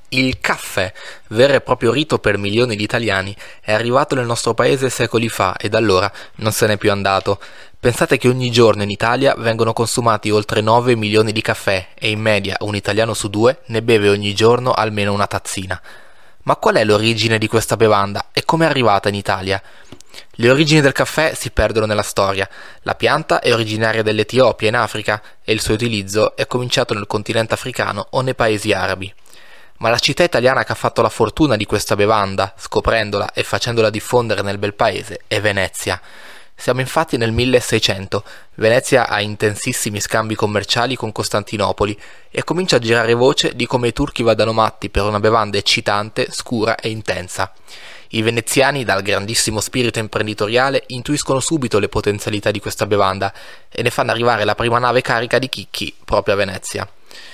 Il caffè, vero e proprio rito per milioni di italiani, è arrivato nel nostro paese secoli fa e da allora non se n'è più andato. Pensate che ogni giorno in Italia vengono consumati oltre 9 milioni di caffè e in media un italiano su due ne beve ogni giorno almeno una tazzina. Ma qual è l'origine di questa bevanda e come è arrivata in Italia? Le origini del caffè si perdono nella storia. La pianta è originaria dell'Etiopia in Africa e il suo utilizzo è cominciato nel continente africano o nei paesi arabi. Ma la città italiana che ha fatto la fortuna di questa bevanda, scoprendola e facendola diffondere nel bel paese, è Venezia. Siamo infatti nel 1600. Venezia ha intensissimi scambi commerciali con Costantinopoli e comincia a girare voce di come i turchi vadano matti per una bevanda eccitante, scura e intensa. I veneziani, dal grandissimo spirito imprenditoriale, intuiscono subito le potenzialità di questa bevanda e ne fanno arrivare la prima nave carica di chicchi proprio a Venezia.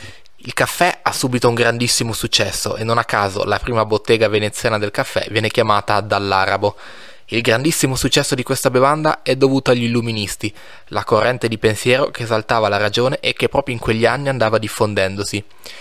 Il caffè ha subito un grandissimo successo e non a caso la prima bottega veneziana del caffè viene chiamata dall'arabo. Il grandissimo successo di questa bevanda è dovuto agli illuministi, la corrente di pensiero che esaltava la ragione e che proprio in quegli anni andava diffondendosi.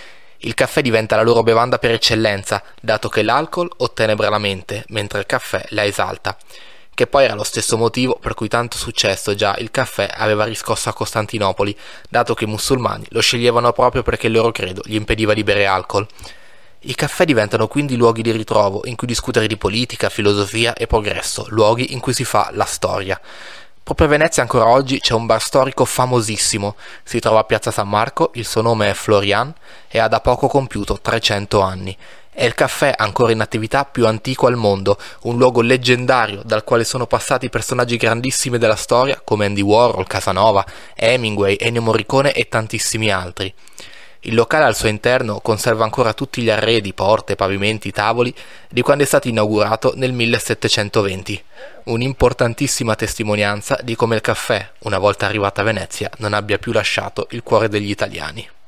Il caffè diventa la loro bevanda per eccellenza, dato che l'alcol ottenebra la mente, mentre il caffè la esalta. Che poi era lo stesso motivo per cui tanto successo già il caffè aveva riscosso a Costantinopoli, dato che i musulmani lo sceglievano proprio perché il loro credo gli impediva di bere alcol. I caffè diventano quindi luoghi di ritrovo in cui discutere di politica, filosofia e progresso, luoghi in cui si fa la storia. Proprio a Venezia ancora oggi c'è un bar storico famosissimo, si trova a Piazza San Marco, il suo nome è Florian e ha da poco compiuto 300 anni. È il caffè ancora in attività più antico al mondo, un luogo leggendario dal quale sono passati personaggi grandissimi della storia come Andy Warhol, Casanova, Hemingway, Ennio Morricone e tantissimi altri. Il locale al suo interno conserva ancora tutti gli arredi, porte, pavimenti, tavoli di quando è stato inaugurato nel 1720, un'importantissima testimonianza di come il caffè, una volta arrivato a Venezia, non abbia più lasciato il cuore degli italiani.